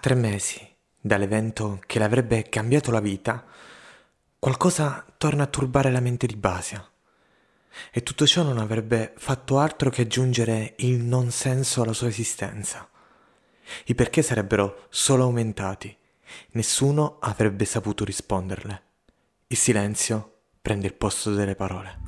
3 mesi dall'evento che le avrebbe cambiato la vita, qualcosa torna a turbare la mente di Basia. E tutto ciò non avrebbe fatto altro che aggiungere il non senso alla sua esistenza. I perché sarebbero solo aumentati. Nessuno avrebbe saputo risponderle. Il silenzio prende il posto delle parole.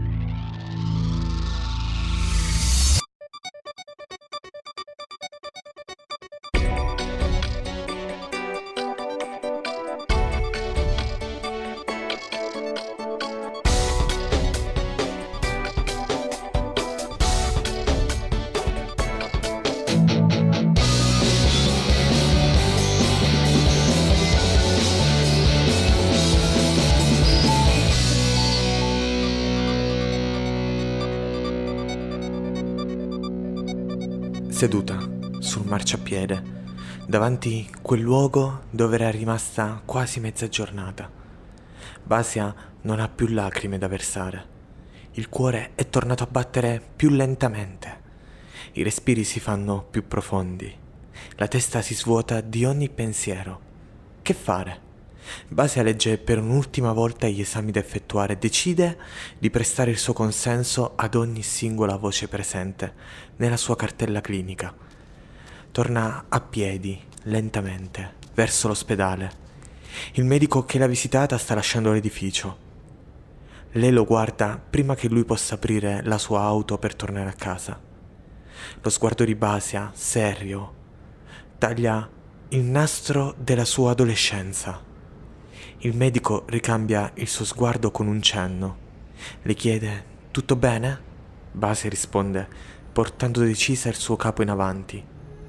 Seduta sul marciapiede, davanti quel luogo dove era rimasta quasi mezza giornata, Basia non ha più lacrime da versare. Il cuore è tornato a battere più lentamente. I respiri si fanno più profondi. La testa si svuota di ogni pensiero. Che fare? Basia legge per un'ultima volta gli esami da effettuare e decide di prestare il suo consenso ad ogni singola voce presente nella sua cartella clinica. Torna a piedi, lentamente, verso l'ospedale. Il medico che l'ha visitata sta lasciando l'edificio. Lei lo guarda prima che lui possa aprire la sua auto per tornare a casa. Lo sguardo di Basia, serio, taglia il nastro della sua adolescenza. Il medico ricambia il suo sguardo con un cenno. Le chiede: tutto bene? Basia risponde, portando decisa il suo capo in avanti.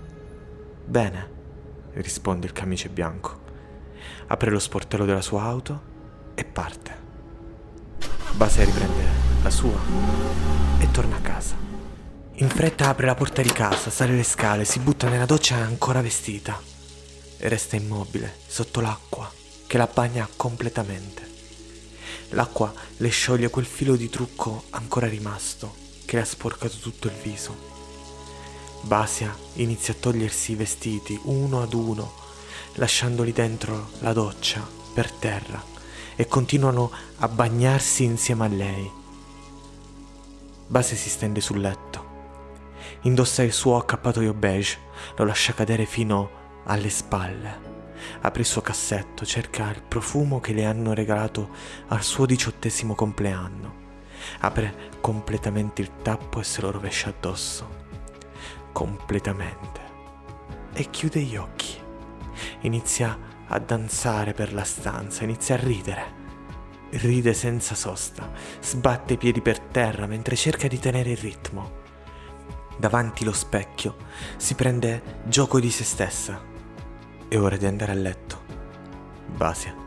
Bene, risponde il camice bianco. Apre lo sportello della sua auto e parte. Basia riprende la sua e torna a casa. In fretta apre la porta di casa, sale le scale, si butta nella doccia ancora vestita e resta immobile sotto l'acqua che la bagna completamente. L'acqua le scioglie quel filo di trucco ancora rimasto che le ha sporcato tutto il viso. Basia inizia a togliersi i vestiti uno ad uno, lasciandoli dentro la doccia per terra, e continuano a bagnarsi insieme a lei. Basia si stende sul letto. Indossa il suo accappatoio beige, lo lascia cadere fino alle spalle. Apre il suo cassetto, cerca il profumo che le hanno regalato al suo 18° compleanno. Apre completamente il tappo e se lo rovescia addosso. Completamente. E chiude gli occhi. Inizia a danzare per la stanza, inizia a ridere. Ride senza sosta, sbatte i piedi per terra mentre cerca di tenere il ritmo. Davanti lo specchio si prende gioco di se stessa. È ora di andare a letto. Basia.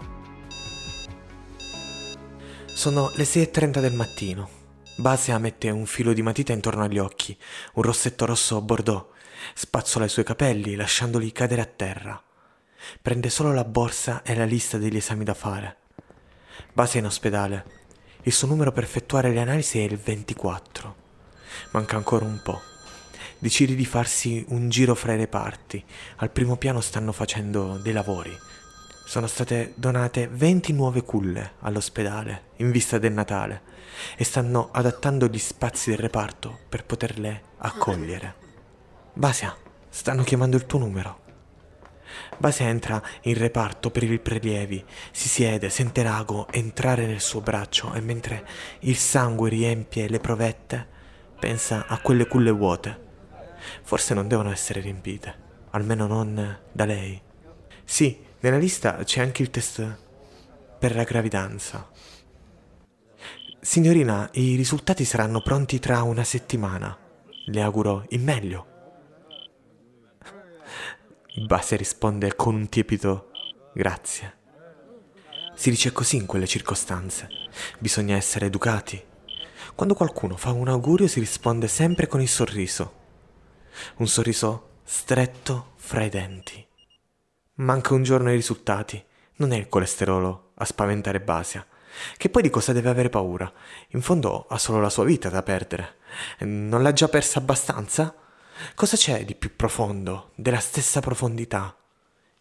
Sono le 6:30 del mattino. Basia mette un filo di matita intorno agli occhi, un rossetto rosso bordeaux, spazzola i suoi capelli lasciandoli cadere a terra. Prende solo la borsa e la lista degli esami da fare. Basia è in ospedale. Il suo numero per effettuare le analisi è il 24. Manca ancora un po'. Decide di farsi un giro fra i reparti. Al primo piano stanno facendo dei lavori. Sono state donate 20 nuove culle all'ospedale in vista del Natale e stanno adattando gli spazi del reparto per poterle accogliere. Basia, stanno chiamando il tuo numero. Basia entra in reparto per i prelievi, si siede, sente l'ago entrare nel suo braccio e mentre il sangue riempie le provette pensa a quelle culle vuote. Forse non devono essere riempite, almeno non da lei. Sì, nella lista c'è anche il test per la gravidanza. Signorina, i risultati saranno pronti tra una settimana. Le auguro il meglio. Basia risponde con un tiepido grazie. Si dice così in quelle circostanze. Bisogna essere educati. Quando qualcuno fa un augurio si risponde sempre con il sorriso. Un sorriso stretto fra i denti. Manca un giorno ai risultati. Non è il colesterolo a spaventare Basia, che poi di cosa deve avere paura? In fondo ha solo la sua vita da perdere. Non l'ha già persa abbastanza? Cosa c'è di più profondo, della stessa profondità?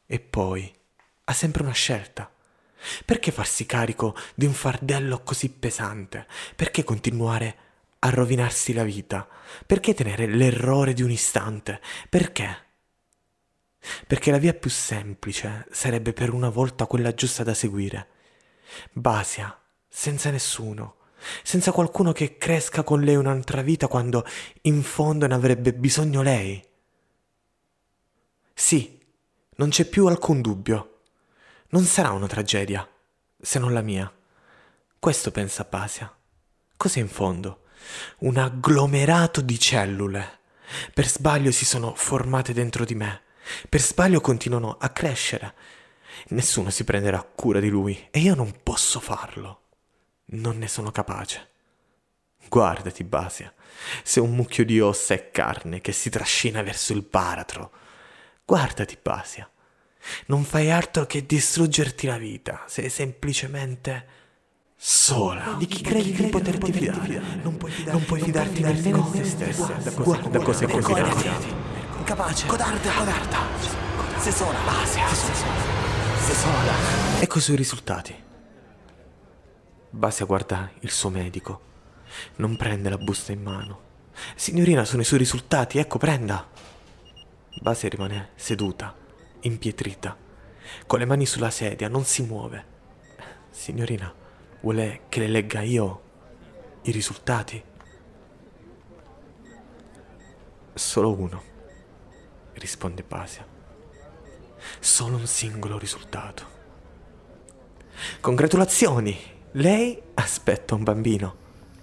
E poi ha sempre una scelta. Perché farsi carico di un fardello così pesante? Perché continuare a rovinarsi la vita? Perché tenere l'errore di un istante? Perché? Perché la via più semplice sarebbe per una volta quella giusta da seguire. Basia, senza nessuno, senza qualcuno che cresca con lei un'altra vita quando in fondo ne avrebbe bisogno lei. Sì, non c'è più alcun dubbio. Non sarà una tragedia, se non la mia. Questo pensa Basia. Cos'è in fondo? Un agglomerato di cellule. Per sbaglio si sono formate dentro di me. Per sbaglio continuano a crescere. Nessuno si prenderà cura di lui e io non posso farlo. Non ne sono capace. Guardati, Basia. Sei un mucchio di ossa e carne che si trascina verso il baratro. Guardati, Basia. Non fai altro che distruggerti la vita. Sei semplicemente sola. Di chi credi di poterti fidare? Non puoi fidarti nemmeno di te stessa. Da cose confinate. Incapace. Codarda. Sei sola. Basia. Sei sola. Ecco i suoi risultati. Basia guarda il suo medico. Non prende la busta in mano. Signorina, sono i suoi risultati, ecco, prenda. Basia rimane seduta, impietrita, con le mani sulla sedia, non si muove. Signorina, vuole che le legga io i risultati? Solo uno, risponde Basia. Solo un singolo risultato. Congratulazioni! Lei aspetta un bambino.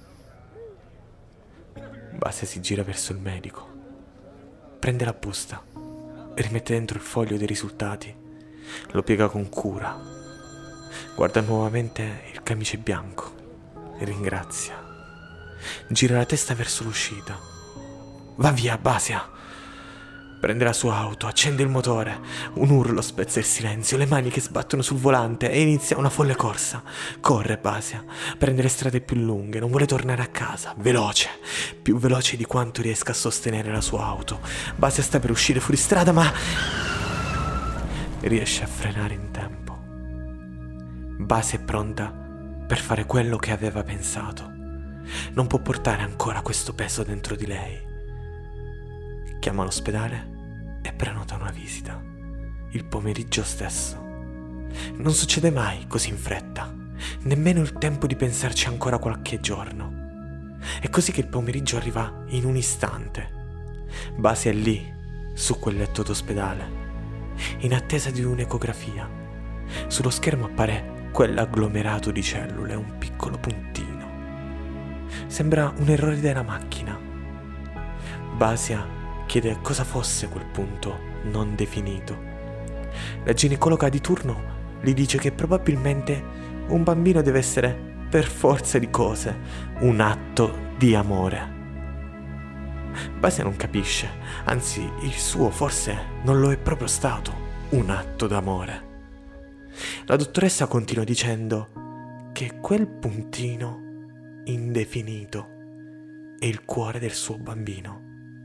Basia si gira verso il medico. Prende la busta, rimette dentro il foglio dei risultati, lo piega con cura, guarda nuovamente il camice bianco e ringrazia. Gira la testa verso l'uscita. Va via, Basia! Prende la sua auto, accende il motore. Un urlo spezza il silenzio, le mani che sbattono sul volante e inizia una folle corsa. Corre, Basia, prende le strade più lunghe, non vuole tornare a casa. Veloce, più veloce di quanto riesca a sostenere la sua auto. Basia sta per uscire fuori strada, ma riesce a frenare in tempo. Basia è pronta per fare quello che aveva pensato. Non può portare ancora questo peso dentro di lei. Chiama l'ospedale e prenota una visita, il pomeriggio stesso. Non succede mai così in fretta, nemmeno il tempo di pensarci ancora qualche giorno. È così che il pomeriggio arriva in un istante. Basia è lì, su quel letto d'ospedale, in attesa di un'ecografia. Sullo schermo appare quell'agglomerato di cellule, un piccolo puntino. Sembra un errore della macchina. Basia chiede cosa fosse quel punto non definito. La ginecologa di turno gli dice che probabilmente un bambino deve essere, per forza di cose, un atto di amore. Basia non capisce, anzi il suo forse non lo è proprio stato un atto d'amore. La dottoressa continua dicendo che quel puntino indefinito è il cuore del suo bambino.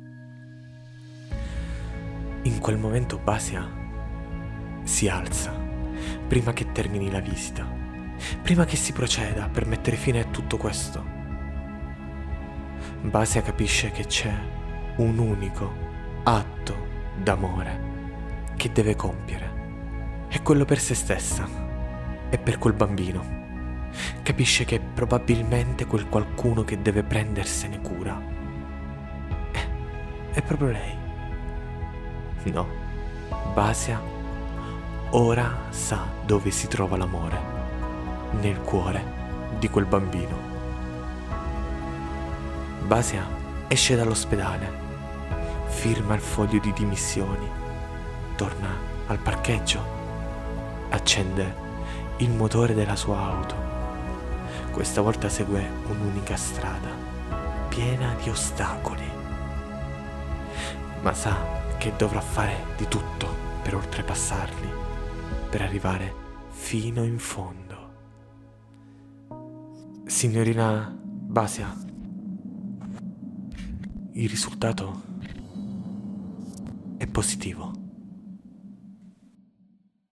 In quel momento Basia si alza, prima che termini la visita, prima che si proceda per mettere fine a tutto questo. Basia capisce che c'è un unico atto d'amore che deve compiere. È quello per se stessa e per quel bambino. Capisce che probabilmente quel qualcuno che deve prendersene cura è proprio lei. No, Basia ora sa dove si trova l'amore, nel cuore di quel bambino. Basia esce dall'ospedale, firma il foglio di dimissioni, torna al parcheggio, accende il motore della sua auto. Questa volta segue un'unica strada, piena di ostacoli, ma sa che dovrà fare di tutto per oltrepassarli, per arrivare fino in fondo. Signorina Basia, il risultato è positivo.